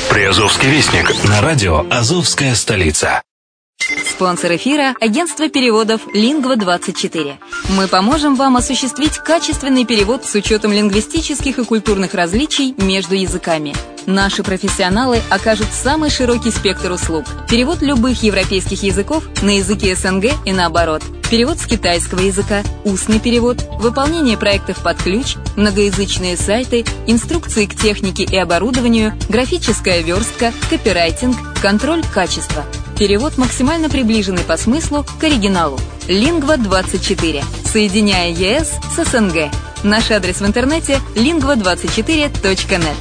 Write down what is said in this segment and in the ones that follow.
Приазовский вестник на радио «Азовская столица». Спонсор эфира – агентство переводов Lingva24. Мы поможем вам осуществить качественный перевод с учетом лингвистических и культурных различий между языками. Наши профессионалы окажут самый широкий спектр услуг. Перевод любых европейских языков на языки СНГ и наоборот. Перевод с китайского языка, устный перевод, выполнение проектов под ключ, многоязычные сайты, инструкции к технике и оборудованию, графическая верстка, копирайтинг, контроль качества. Перевод максимально приближенный по смыслу к оригиналу. Lingva24. Соединяя ЕС с СНГ. Наш адрес в интернете lingva24.net.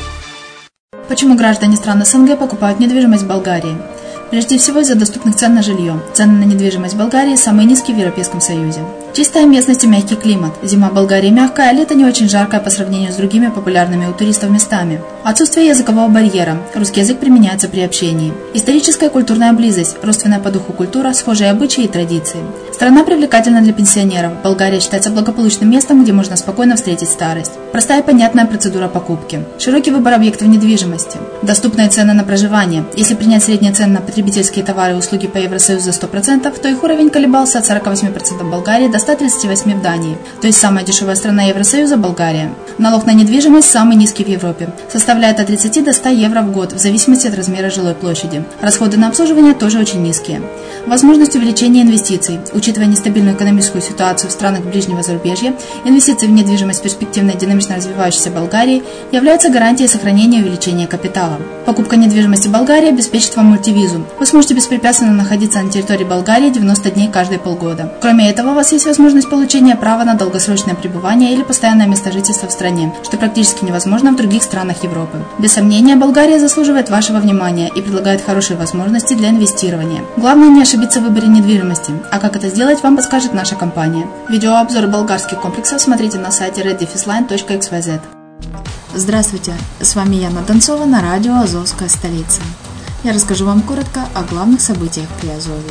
Почему граждане стран СНГ покупают недвижимость в Болгарии? Прежде всего из-за доступных цен на жилье. Цены на недвижимость в Болгарии самые низкие в Европейском Союзе. Чистая местность и мягкий климат. Зима в Болгарии мягкая, а лето не очень жаркое по сравнению с другими популярными у туристов местами. Отсутствие языкового барьера. Русский язык применяется при общении. Историческая и культурная близость. Родственная по духу культура, схожие обычаи и традиции. Страна привлекательна для пенсионеров. Болгария считается благополучным местом, где можно спокойно встретить старость. Простая и понятная процедура покупки. Широкий выбор объектов недвижимости. Доступные цены на проживание. Если принять средние цены на потребительские товары и услуги по Евросоюзу за 100%, то их уровень колебался от 48% в Болгарии до 138% в Дании. То есть самая дешевая страна Евросоюза – Болгария. Налог на недвижимость самый низкий в Европе. Составляет от 30 до 100 евро в год, в зависимости от размера жилой площади. Расходы на обслуживание тоже очень низкие. Возможность увеличения инвестиций. Учитывая нестабильную экономическую ситуацию в странах ближнего зарубежья, инвестиции в недвижимость перспективной и динамично развивающейся Болгарии являются гарантией сохранения и увеличения капитала. Покупка недвижимости в Болгарии обеспечит вам мультивизу. Вы сможете беспрепятственно находиться на территории Болгарии 90 дней каждые полгода. Кроме этого, у вас есть возможность получения права на долгосрочное пребывание или постоянное место жительства в стране, что практически невозможно в других странах Европы. Без сомнения, Болгария заслуживает вашего внимания и предлагает хорошие возможности для инвестирования. Главное не ошибиться в выборе недвижимости, а как это сделать, вам подскажет наша компания. Видеообзор болгарских комплексов смотрите на сайте reddefisline.xyz. Здравствуйте, с вами Яна Донцова на радио «Азовская столица». Я расскажу вам коротко о главных событиях Приазовья.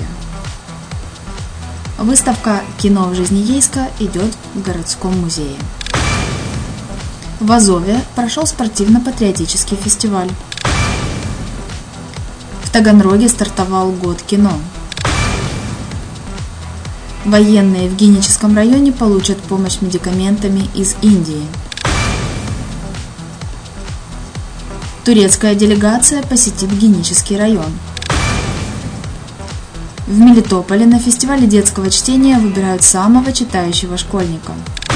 Выставка «Кино в жизни Ейска» идет в городском музее. В Азове прошел спортивно-патриотический фестиваль. В Таганроге стартовал год кино. Военные в Геническом районе получат помощь медикаментами из Индии. Турецкая делегация посетит Генический район. В Мелитополе на фестивале детского чтения выбирают самого читающего школьника.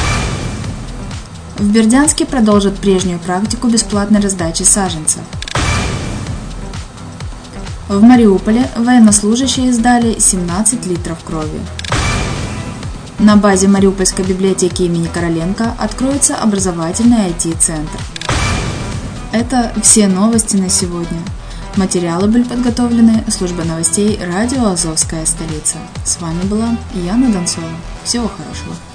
В Бердянске продолжат прежнюю практику бесплатной раздачи саженцев. В Мариуполе военнослужащие сдали 17 литров крови. На базе Мариупольской библиотеки имени Короленко откроется образовательный IT-центр. Это все новости на сегодня. Материалы были подготовлены службой новостей радио «Азовская столица». С вами была Яна Донцова. Всего хорошего.